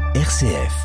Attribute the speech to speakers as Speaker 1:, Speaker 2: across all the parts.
Speaker 1: RCF.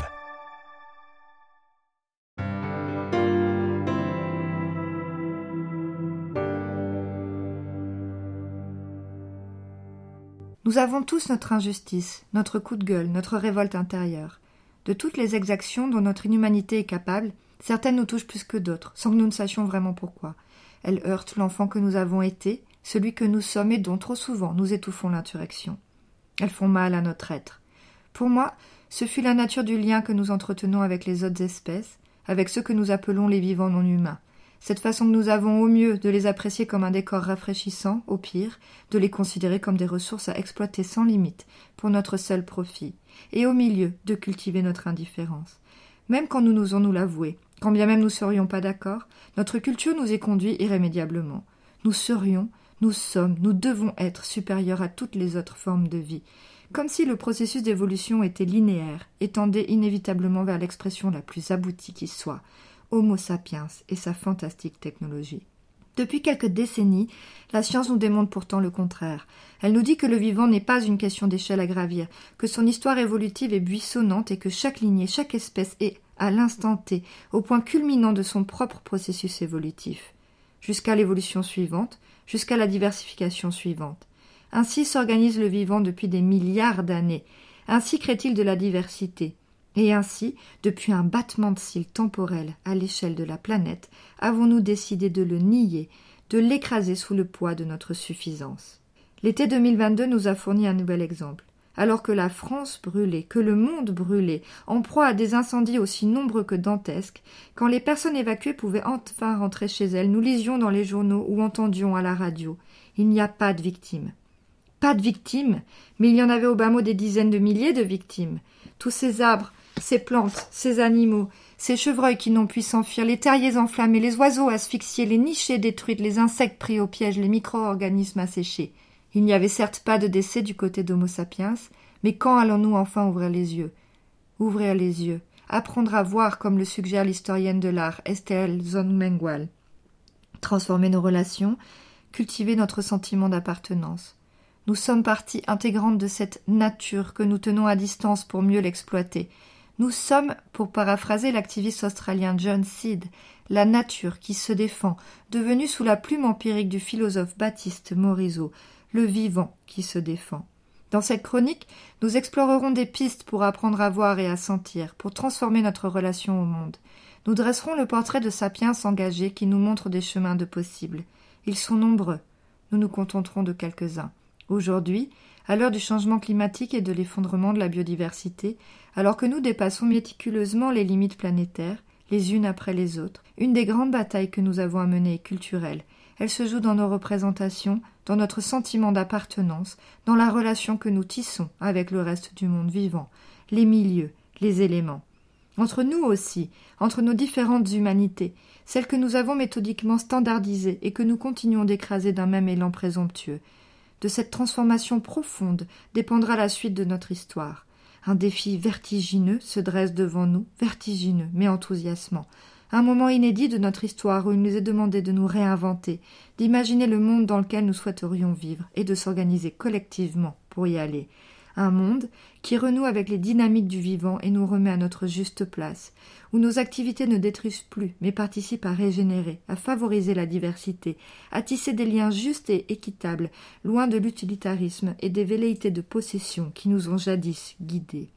Speaker 2: Nous avons tous notre injustice, notre coup de gueule, notre révolte intérieure. De toutes les exactions dont notre inhumanité est capable, certaines nous touchent plus que d'autres, sans que nous ne sachions vraiment pourquoi. Elles heurtent l'enfant que nous avons été, celui que nous sommes et dont trop souvent nous étouffons l'insurrection. Elles font mal à notre être. Pour moi, ce fut la nature du lien que nous entretenons avec les autres espèces, avec ceux que nous appelons les vivants non humains. Cette façon que nous avons au mieux de les apprécier comme un décor rafraîchissant, au pire, de les considérer comme des ressources à exploiter sans limite, pour notre seul profit, et au milieu, de cultiver notre indifférence. Même quand nous n'osons nous l'avouer, quand bien même nous ne serions pas d'accord, notre culture nous y conduit irrémédiablement. Nous serions, nous sommes, nous devons être supérieurs à toutes les autres formes de vie, comme si le processus d'évolution était linéaire et tendait inévitablement vers l'expression la plus aboutie qui soit, Homo sapiens et sa fantastique technologie. Depuis quelques décennies, la science nous démontre pourtant le contraire. Elle nous dit que le vivant n'est pas une question d'échelle à gravir, que son histoire évolutive est buissonnante et que chaque lignée, chaque espèce est, à l'instant T, au point culminant de son propre processus évolutif, jusqu'à l'évolution suivante, jusqu'à la diversification suivante. Ainsi s'organise le vivant depuis des milliards d'années, ainsi crée-t-il de la diversité. Et ainsi, depuis un battement de cils temporel à l'échelle de la planète, avons-nous décidé de le nier, de l'écraser sous le poids de notre suffisance. L'été 2022 nous a fourni un nouvel exemple. Alors que la France brûlait, que le monde brûlait, en proie à des incendies aussi nombreux que dantesques, quand les personnes évacuées pouvaient enfin rentrer chez elles, nous lisions dans les journaux ou entendions à la radio « Il n'y a pas de victimes ». Pas de victimes, mais il y en avait au bas mot des dizaines de milliers de victimes. Tous ces arbres, ces plantes, ces animaux, ces chevreuils qui n'ont pu s'enfuir, les terriers enflammés, les oiseaux asphyxiés, les nichées détruites, les insectes pris au piège, les micro-organismes asséchés. Il n'y avait certes pas de décès du côté d'Homo sapiens, mais quand allons-nous enfin ouvrir les yeux ? Ouvrir les yeux, apprendre à voir comme le suggère l'historienne de l'art Estelle Zongmengual. Transformer nos relations, cultiver notre sentiment d'appartenance. Nous sommes partie intégrante de cette nature que nous tenons à distance pour mieux l'exploiter. Nous sommes, pour paraphraser l'activiste australien John Seed, la nature qui se défend, devenue sous la plume empirique du philosophe Baptiste Morisot, le vivant qui se défend. Dans cette chronique, nous explorerons des pistes pour apprendre à voir et à sentir, pour transformer notre relation au monde. Nous dresserons le portrait de sapiens engagés qui nous montrent des chemins de possibles. Ils sont nombreux. Nous nous contenterons de quelques-uns. Aujourd'hui, à l'heure du changement climatique et de l'effondrement de la biodiversité, alors que nous dépassons méticuleusement les limites planétaires, les unes après les autres, une des grandes batailles que nous avons à mener est culturelle. Elle se joue dans nos représentations, dans notre sentiment d'appartenance, dans la relation que nous tissons avec le reste du monde vivant, les milieux, les éléments. Entre nous aussi, entre nos différentes humanités, celles que nous avons méthodiquement standardisées et que nous continuons d'écraser d'un même élan présomptueux. De cette transformation profonde dépendra la suite de notre histoire. Un défi vertigineux se dresse devant nous, vertigineux mais enthousiasmant. Un moment inédit de notre histoire où il nous est demandé de nous réinventer, d'imaginer le monde dans lequel nous souhaiterions vivre et de s'organiser collectivement pour y aller. Un monde qui renoue avec les dynamiques du vivant et nous remet à notre juste place, où nos activités ne détruisent plus, mais participent à régénérer, à favoriser la diversité, à tisser des liens justes et équitables, loin de l'utilitarisme et des velléités de possession qui nous ont jadis guidés.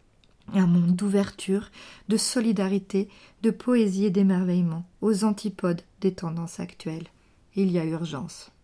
Speaker 2: Un monde d'ouverture, de solidarité, de poésie et d'émerveillement, aux antipodes des tendances actuelles. Il y a urgence.